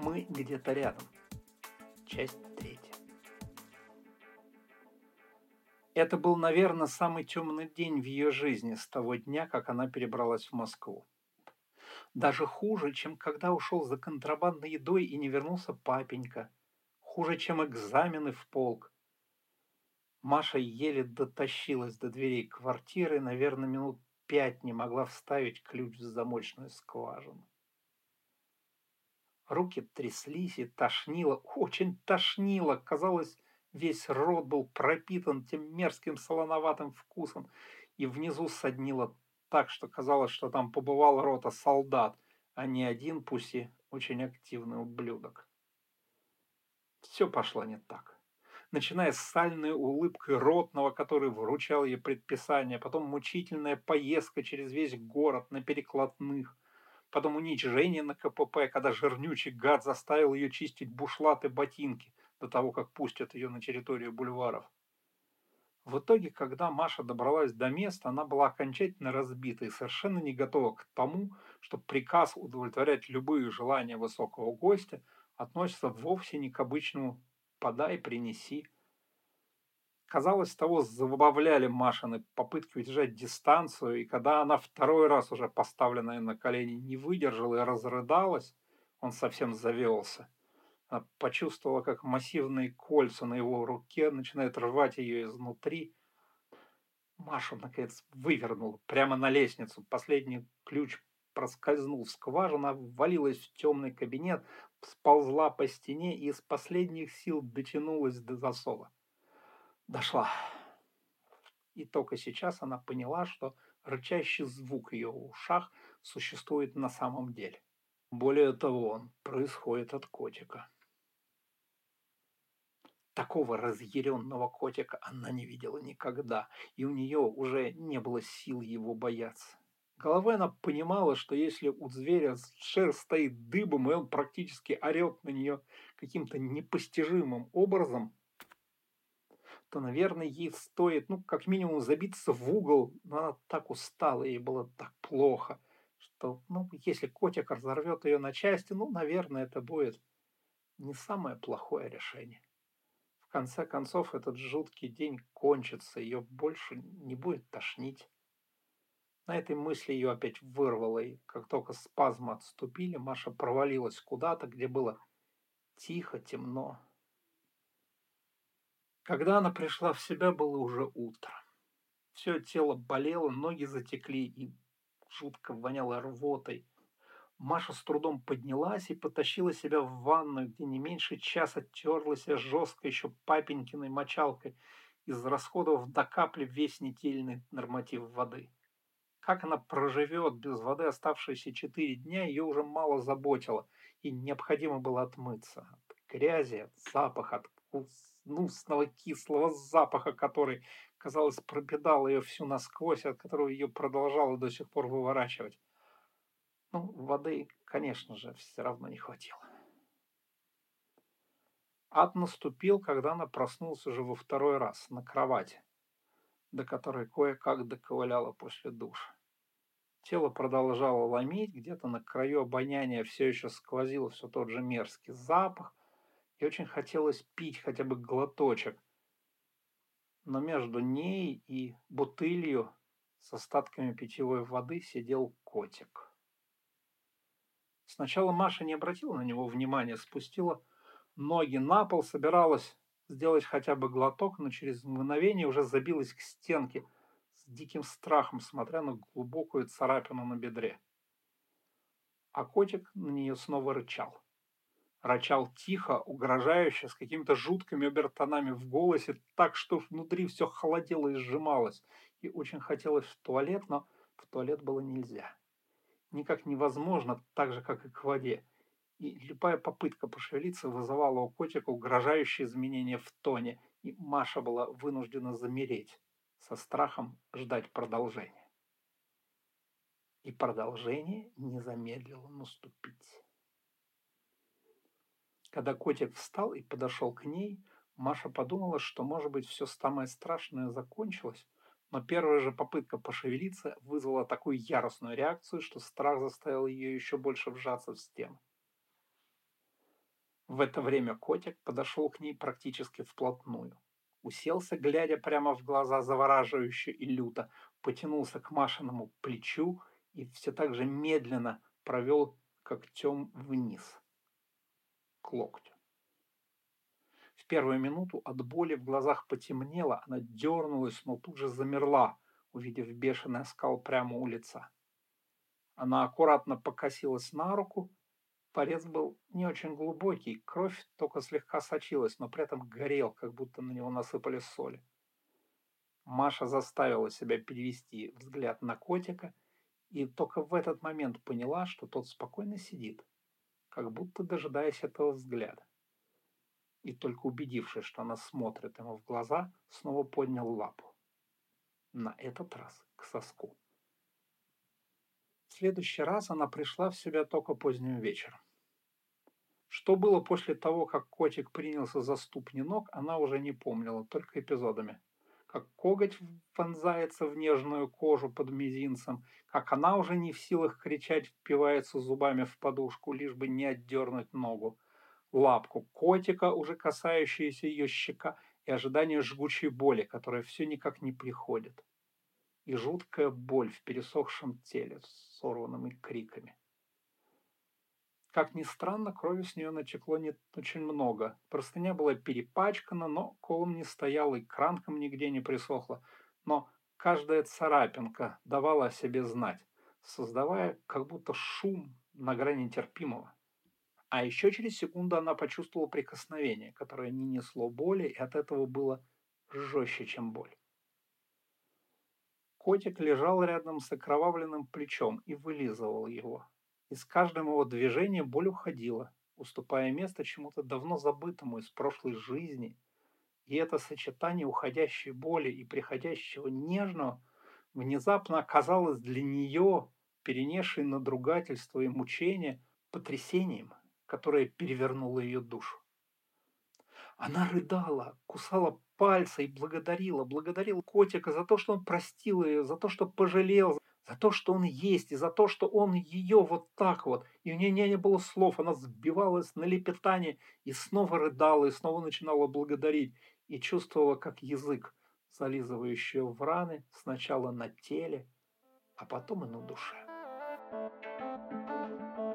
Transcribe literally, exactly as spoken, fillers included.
Мы где-то рядом. Часть третья. Это был, наверное, самый темный день в ее жизни с того дня, как она перебралась в Москву. Даже хуже, чем когда ушел за контрабандной едой и не вернулся папенька. Хуже, чем экзамены в полк. Маша еле дотащилась до дверей квартиры, наверное, минут пять не могла вставить ключ в замочную скважину. Руки тряслись и тошнило, очень тошнило. Казалось, весь рот был пропитан тем мерзким солоноватым вкусом, и внизу соднило так, что казалось, что там побывал рота солдат, а не один, пусть и очень активный ублюдок. Все пошло не так. Начиная с сальной улыбкой ротного, который вручал ей предписание, потом мучительная поездка через весь город на перекладных, потом уничижение на ка пэ пэ, когда жирнючий гад заставил ее чистить бушлаты ботинки до того, как пустят ее на территорию бульваров. В итоге, когда Маша добралась до места, она была окончательно разбита и совершенно не готова к тому, что приказ удовлетворять любые желания высокого гостя относится вовсе не к обычному «подай, принеси». Казалось, того забавляли Машины попытки удержать дистанцию, и когда она второй раз уже поставленная на колени не выдержала и разрыдалась, он совсем завелся. Она почувствовала, как массивные кольца на его руке начинают рвать ее изнутри. Машу, наконец, вывернула прямо на лестницу. Последний ключ проскользнул в скважину, ввалилась в темный кабинет, сползла по стене и из последних сил дотянулась до засова. Дошла. И только сейчас она поняла, что рычащий звук в ее ушах существует на самом деле. Более того, он происходит от котика. Такого разъяренного котика она не видела никогда, и у нее уже не было сил его бояться. Головой она понимала, что если у зверя шерсть стоит дыбом, и он практически орет на нее каким-то непостижимым образом, то, наверное, ей стоит, ну, как минимум, забиться в угол. Но она так устала, ей было так плохо, что, ну, если котик разорвет ее на части, ну, наверное, это будет не самое плохое решение. В конце концов, этот жуткий день кончится, ее больше не будет тошнить. На этой мысли ее опять вырвало, и как только спазмы отступили, Маша провалилась куда-то, где было тихо, темно. Когда она пришла в себя, было уже утро. Все тело болело, ноги затекли и жутко воняло рвотой. Маша с трудом поднялась и потащила себя в ванную, где не меньше часа терла себя жестко еще папенькиной мочалкой, израсходовав до капли весь недельный норматив воды. Как она проживет без воды оставшиеся четыре дня, ее уже мало заботило, и необходимо было отмыться от грязи, от запаха, от гнусного кислого запаха, который, казалось, пропитал ее всю насквозь, от которого ее продолжало до сих пор выворачивать. Ну, воды, конечно же, все равно не хватило. Ад наступил, когда она проснулась уже во второй раз на кровати, до которой кое-как доковыляла после душа. Тело продолжало ломить, где-то на краю обоняния все еще сквозил все тот же мерзкий запах, и очень хотелось пить хотя бы глоточек. Но между ней и бутылью с остатками питьевой воды сидел котик. Сначала Маша не обратила на него внимания, спустила ноги на пол, собиралась сделать хотя бы глоток, но через мгновение уже забилась к стенке, с диким страхом, смотря на глубокую царапину на бедре. А котик на нее снова рычал. Рычал тихо, угрожающе, с какими-то жуткими обертонами в голосе, так что внутри все холодело и сжималось. И очень хотелось в туалет, но в туалет было нельзя. Никак невозможно, так же, как и к воде. И любая попытка пошевелиться вызывала у котика угрожающие изменения в тоне, и Маша была вынуждена замереть, со страхом ждать продолжения. И продолжение не замедлило наступить. Когда котик встал и подошел к ней, Маша подумала, что, может быть, все самое страшное закончилось, но первая же попытка пошевелиться вызвала такую яростную реакцию, что страх заставил ее еще больше вжаться в стену. В это время котик подошел к ней практически вплотную. Уселся, глядя прямо в глаза завораживающе и люто, потянулся к Машиному плечу и все так же медленно провел когтем вниз, к локтю. В первую минуту от боли в глазах потемнело, она дернулась, но тут же замерла, увидев бешеный оскал прямо у лица. Она аккуратно покосилась на руку. Порез был не очень глубокий, кровь только слегка сочилась, но при этом горел, как будто на него насыпали соли. Маша заставила себя перевести взгляд на котика и только в этот момент поняла, что тот спокойно сидит, как будто дожидаясь этого взгляда. И только убедившись, что она смотрит ему в глаза, снова поднял лапу. На этот раз к соску. В следующий раз она пришла в себя только поздним вечером. Что было после того, как котик принялся за ступни ног, она уже не помнила, только эпизодами. Как коготь вонзается в нежную кожу под мизинцем, как она уже не в силах кричать, впивается зубами в подушку, лишь бы не отдернуть ногу. Лапку котика, уже касающуюся ее щека, и ожидание жгучей боли, которая все никак не приходит. И жуткая боль в пересохшем теле с сорванными криками. Как ни странно, крови с нее натекло не очень много. Простыня была перепачкана, но колом не стояла и кранком нигде не присохла. Но каждая царапинка давала о себе знать, создавая как будто шум на грани терпимого. А еще через секунду она почувствовала прикосновение, которое не несло боли, и от этого было жестче, чем боль. Котик лежал рядом с окровавленным плечом и вылизывал его. И с каждым его движением боль уходила, уступая место чему-то давно забытому из прошлой жизни. И это сочетание уходящей боли и приходящего нежного внезапно оказалось для нее, перенесшей надругательство и мучение, потрясением, которое перевернуло ее душу. Она рыдала, кусала пальцы и благодарила, благодарила котика за то, что он простил ее, за то, что пожалел, за то, что он есть, и за то, что он ее вот так вот. И у нее не было слов, она сбивалась на лепетание и снова рыдала, и снова начинала благодарить. И чувствовала, как язык, зализывающий в раны, сначала на теле, а потом и на душе.